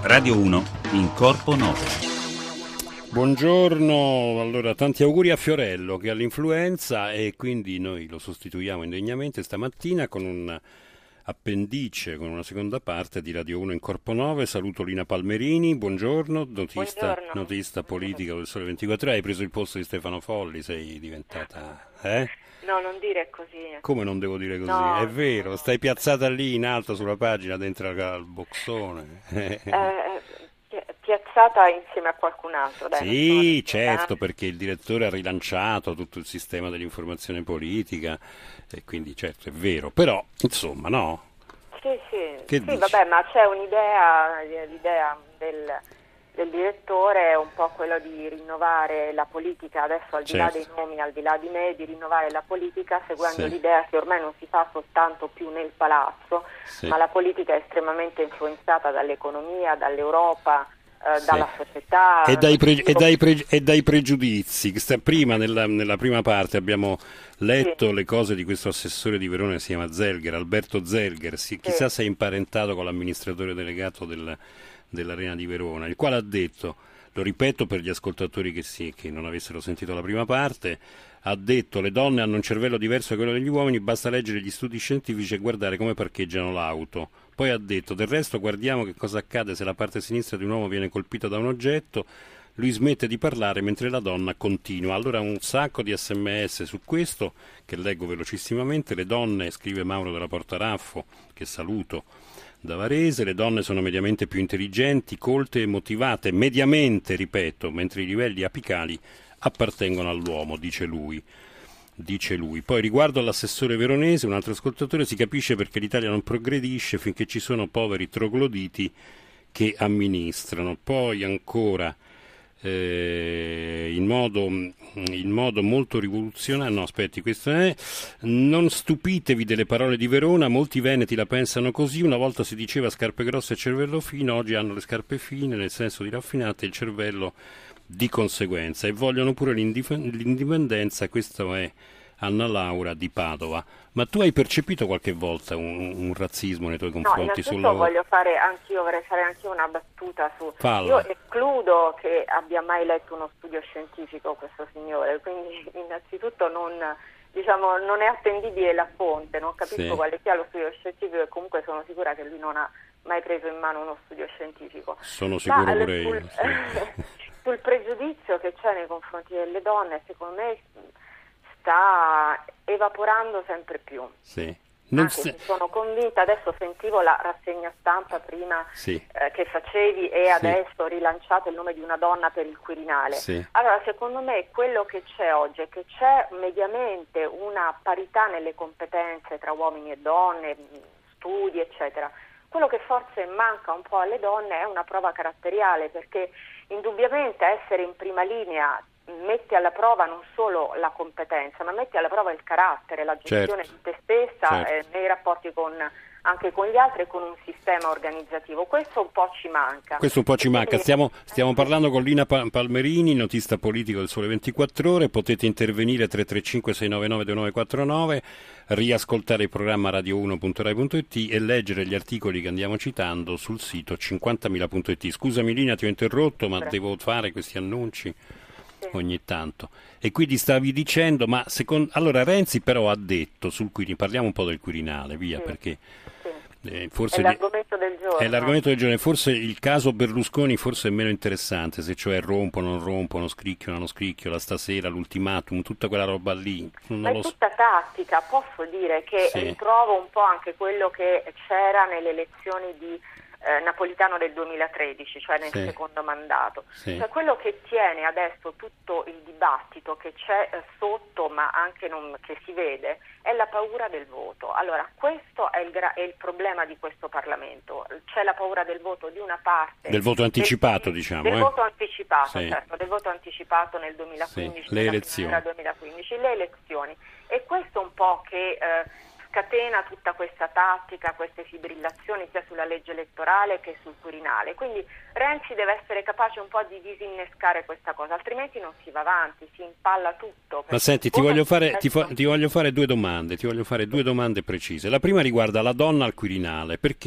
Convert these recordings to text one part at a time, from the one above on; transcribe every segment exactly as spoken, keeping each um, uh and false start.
Radio uno in Corpo nove. Buongiorno, allora tanti auguri a Fiorello che ha l'influenza e quindi noi lo sostituiamo indegnamente stamattina con un appendice, con una seconda parte di Radio uno in Corpo nove. Saluto Lina Palmerini, buongiorno, notista, buongiorno. notista politica del Sole ventiquattro Ore. Hai preso il posto di Stefano Folli, sei diventata... eh? No, non dire così. Come non devo dire così? No, È vero, no. stai piazzata lì in alto sulla pagina dentro al boxone. Eh, pi- piazzata insieme a qualcun altro. Dai, Sì, certo, perché il direttore ha rilanciato tutto il sistema dell'informazione politica e quindi certo è vero, però insomma no? Sì, sì, Che sì dici? vabbè, ma c'è un'idea, l'idea del, del direttore è un po' quello di rinnovare la politica, adesso al di là Certo. dei nomi, al di là di me, di rinnovare la politica seguendo Sì. l'idea che ormai non si fa soltanto più nel palazzo, Sì. ma la politica è estremamente influenzata dall'economia, dall'Europa, eh, Sì. dalla società. E dai, pre- e dai pre- e dai pregiudizi. Sta- Prima, nella, nella prima parte, abbiamo letto Sì. le cose di questo assessore di Verona che si chiama Zelger, Alberto Zelger. Si- chissà se è imparentato con l'amministratore delegato del- dell'Arena di Verona, il quale ha detto, lo ripeto per gli ascoltatori che, sì, che non avessero sentito la prima parte, ha detto: le donne hanno un cervello diverso da quello degli uomini, basta leggere gli studi scientifici e guardare come parcheggiano l'auto. Poi ha detto: del resto guardiamo che cosa accade se la parte sinistra di un uomo viene colpita da un oggetto. Lui smette di parlare mentre la donna continua. Allora un sacco di sms su questo che leggo velocissimamente. Le donne, scrive Mauro della Portaraffo, che saluto, da Varese, le donne sono mediamente più intelligenti, colte e motivate, mediamente, ripeto, mentre i livelli apicali appartengono all'uomo, dice lui. Dice lui. Poi riguardo all'assessore veronese, un altro ascoltatore, si capisce perché l'Italia non progredisce finché ci sono poveri trogloditi che amministrano. Poi ancora eh, in modo in modo molto rivoluzionario, no aspetti, questo è, non stupitevi delle parole di Verona, molti veneti la pensano così, una volta si diceva scarpe grosse e cervello fino, oggi hanno le scarpe fine, nel senso di raffinate, e il cervello di conseguenza, e vogliono pure l'indif- l'indipendenza. Questo è Anna Laura di Padova. Ma tu hai percepito qualche volta un, un razzismo nei tuoi No, confronti sul innanzitutto lavoro? voglio fare anch'io, vorrei fare anch'io una battuta su... Falla. Io escludo che abbia mai letto uno studio scientifico questo signore, quindi innanzitutto non, diciamo, non è attendibile la fonte, non capisco Sì. quale sia lo studio scientifico e comunque sono sicura che lui non ha mai preso in mano uno studio scientifico. Sono sicuro Ma, pure sul, io. Sì. sul pregiudizio che c'è nei confronti delle donne, secondo me sta evaporando sempre più. Sì. Non Anche se- se sono convinta, adesso sentivo la rassegna stampa prima Sì. eh, che facevi e Sì. adesso rilanciato il nome di una donna per il Quirinale. Sì. Allora, secondo me quello che c'è oggi è che c'è mediamente una parità nelle competenze tra uomini e donne, studi, eccetera. Quello che forse manca un po' alle donne è una prova caratteriale, perché indubbiamente essere in prima linea metti alla prova non solo la competenza, ma metti alla prova il carattere, la gestione Certo. di te stessa, Certo. eh, nei rapporti con, anche con gli altri e con un sistema organizzativo. Questo un po' ci manca. Questo un po' ci E manca. quindi- Stiamo, stiamo parlando con Lina Pa- Palmerini, notista politico del Sole ventiquattro Ore. Potete intervenire tre tre cinque sei nove nove due nove quattro nove, riascoltare il programma radio uno punto rai punto it e leggere gli articoli che andiamo citando sul sito cinquantamila punto it. Scusami Lina, ti ho interrotto, ma Prego. devo fare questi annunci Sì. ogni tanto. E quindi stavi dicendo, ma secondo... allora Renzi però ha detto, sul Quirinale, parliamo un po' del Quirinale, via, Sì. perché Sì. eh, È forse... di- l'argomento del giorno. è l'argomento del giorno, forse il caso Berlusconi forse è meno interessante, se cioè rompono, non rompono, scricchiano, non scricchiola, stasera l'ultimatum, tutta quella roba lì, non Ma lo è so. tutta tattica, posso dire che Sì. ritrovo un po' anche quello che c'era nelle elezioni di eh, Napolitano del duemilatredici, cioè nel Sì. secondo mandato. Sì. Cioè quello che tiene adesso tutto il dibattito che c'è eh, sotto, ma anche non, che si vede, è la paura del voto. Allora, questo è il, gra- è il problema di questo Parlamento. C'è la paura del voto di una parte. Del voto anticipato, del, diciamo. Del eh. voto anticipato, Sì. certo, del voto anticipato nel duemilaquindici, Sì, le nella elezioni. primavera duemilaquindici, le elezioni. E questo un po' che eh, scatena tutta questa tattica, queste fibrillazioni sia sulla legge elettorale che sul Quirinale. Quindi Renzi deve essere capace un po' di disinnescare questa cosa, altrimenti non si va avanti, si impalla tutto. Ma senti, ti Come voglio, fare, è ti, fa- ti voglio fare due domande, ti voglio fare due domande precise. La prima riguarda la donna al Quirinale, perché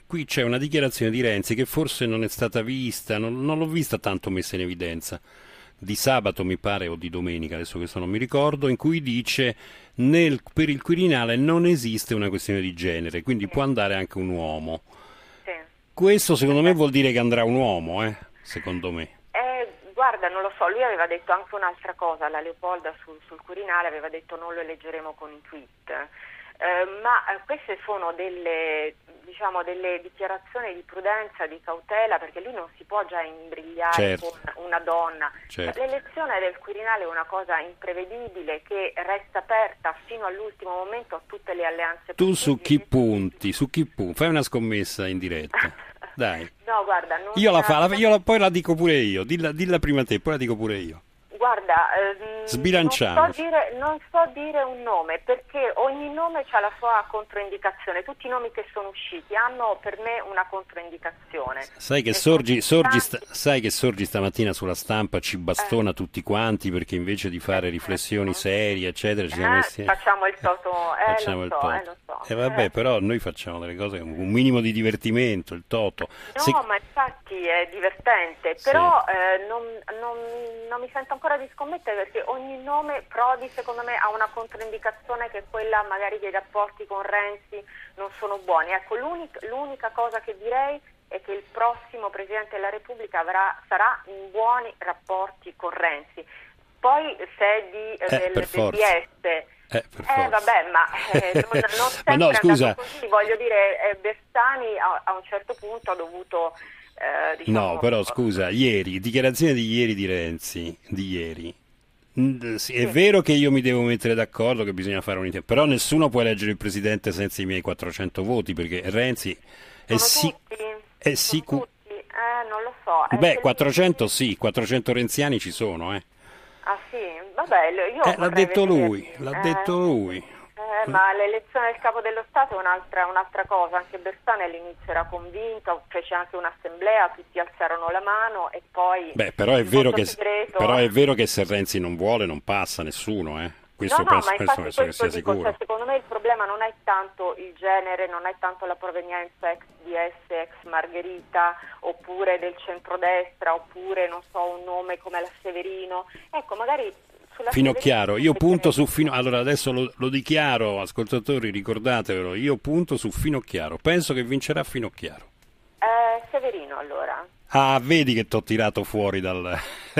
qui c'è una dichiarazione di Renzi che forse non è stata vista, non, non l'ho vista tanto messa in evidenza, di sabato mi pare o di domenica, adesso questo non mi ricordo, in cui dice nel, per il Quirinale non esiste una questione di genere, quindi può andare anche un uomo. Sì. Questo secondo me vuol dire che andrà un uomo, eh? Secondo me. Eh, guarda, non lo so, lui aveva detto anche un'altra cosa, la Leopolda sul, sul Quirinale aveva detto non lo eleggeremo con i tweet, eh, ma eh, queste sono delle, diciamo, delle dichiarazioni di prudenza, di cautela, perché lì non si può già imbrigliare certo. con una donna. Certo. L'elezione del Quirinale è una cosa imprevedibile che resta aperta fino all'ultimo momento a tutte le alleanze tu possibili. su chi punti? Su chi punti? Fai una scommessa in diretta. Dai. No, guarda, non io la fa, io la, poi la dico pure io, dilla, dilla prima te, poi la dico pure io. Guarda, ehm, sbilanciamo. Non so, dire, non so dire un nome, perché ogni nome ha la sua controindicazione. Tutti i nomi che sono usciti hanno per me una controindicazione. Sai che Sorgi, Sorgi sta, sai che Sorgi stamattina sulla stampa ci bastona eh. tutti quanti, perché invece di fare riflessioni serie eccetera ci siamo eh, messi... facciamo il toto, eh, facciamo lo il so, toto. Eh, lo so. E eh, vabbè, eh. però noi facciamo delle cose con un minimo di divertimento, il toto. No, Se... ma infatti è divertente, sì. però eh, non, non, non mi sento ancora di scommettere, perché ogni nome, Prodi secondo me ha una controindicazione, che è quella magari che i rapporti con Renzi non sono buoni. Ecco, l'unica, l'unica cosa che direi è che il prossimo Presidente della Repubblica avrà, sarà in buoni rapporti con Renzi. Poi se è di, eh, del, per del D S... Eh, eh vabbè, ma eh, non, non sempre ma no, scusa. così, voglio dire, eh, Bersani a, a un certo punto ha dovuto eh, diciamo, no, però scusa, ieri, dichiarazione di ieri di Renzi, di ieri. Sì, sì. È vero che io mi devo mettere d'accordo che bisogna fare un intento, però nessuno può eleggere il presidente senza i miei quattrocento voti, perché Renzi è, si, è sicuro. Eh, non lo so. È Beh, quattrocento sì, quattrocento renziani ci sono, eh. Ah sì? Vabbè, io eh, l'ha detto vedere... lui, l'ha eh, detto lui. Eh, ma l'elezione del capo dello Stato è un'altra, un'altra cosa. Anche Bersani all'inizio era convinto, fece anche un'assemblea, tutti alzarono la mano e poi... Beh, però è vero che, segreto... però è vero che se Renzi non vuole non passa nessuno, eh. Questo no, no, penso, ma infatti penso che sia dico, sicuro. cioè, secondo me il problema non è tanto il genere, non è tanto la provenienza ex D S, ex Margherita, oppure del centrodestra, oppure non so, un nome come la Severino. Ecco, magari sulla Finocchiaro, Severino, io punto su Fino... Allora adesso lo, lo dichiaro, ascoltatori, ricordatevelo, io punto su Finocchiaro. Penso che vincerà Finocchiaro. Eh, Severino allora. Ah, vedi che t'ho tirato fuori dal...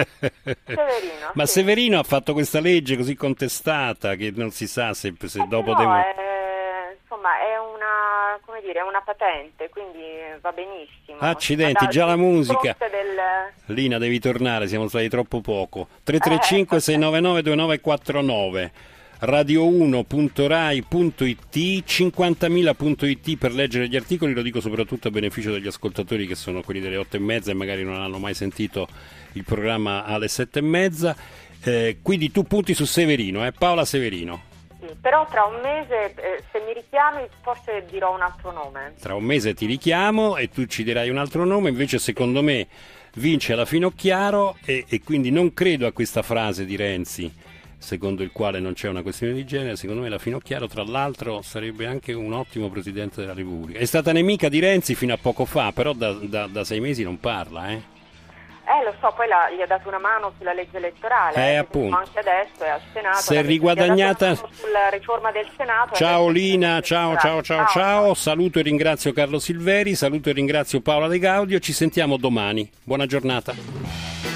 Severino, Ma sì. Severino ha fatto questa legge così contestata che non si sa se, se eh, dopo no, devo... È, insomma, è una, come dire, è una patente, quindi va benissimo. Accidenti, già la musica. Del... Lina, devi tornare, siamo stati troppo poco. tre tre cinque sei nove nove due nove quattro nove radio uno punto rai punto it, cinquantamila punto it per leggere gli articoli, lo dico soprattutto a beneficio degli ascoltatori che sono quelli delle otto e mezza e magari non hanno mai sentito il programma alle sette e mezza, eh, quindi tu punti su Severino, eh? Paola Severino. Sì, però tra un mese, eh, se mi richiami, forse dirò un altro nome. Tra un mese ti richiamo e tu ci dirai un altro nome, invece secondo me vince la Finocchiaro e, e quindi non credo a questa frase di Renzi secondo il quale non c'è una questione di genere. Secondo me la Finocchiaro, tra l'altro, sarebbe anche un ottimo Presidente della Repubblica. È stata nemica di Renzi fino a poco fa, però da, da, da sei mesi non parla, eh? Eh, lo so, poi la, gli ha dato una mano sulla legge elettorale, eh, eh, appunto. Anche adesso è al Senato. Si è riguadagnata sulla riforma del Senato. Ciao Lina, ciao ciao ciao ciao, saluto e ringrazio Carlo Silveri, saluto e ringrazio Paola De Gaudio, ci sentiamo domani. Buona giornata.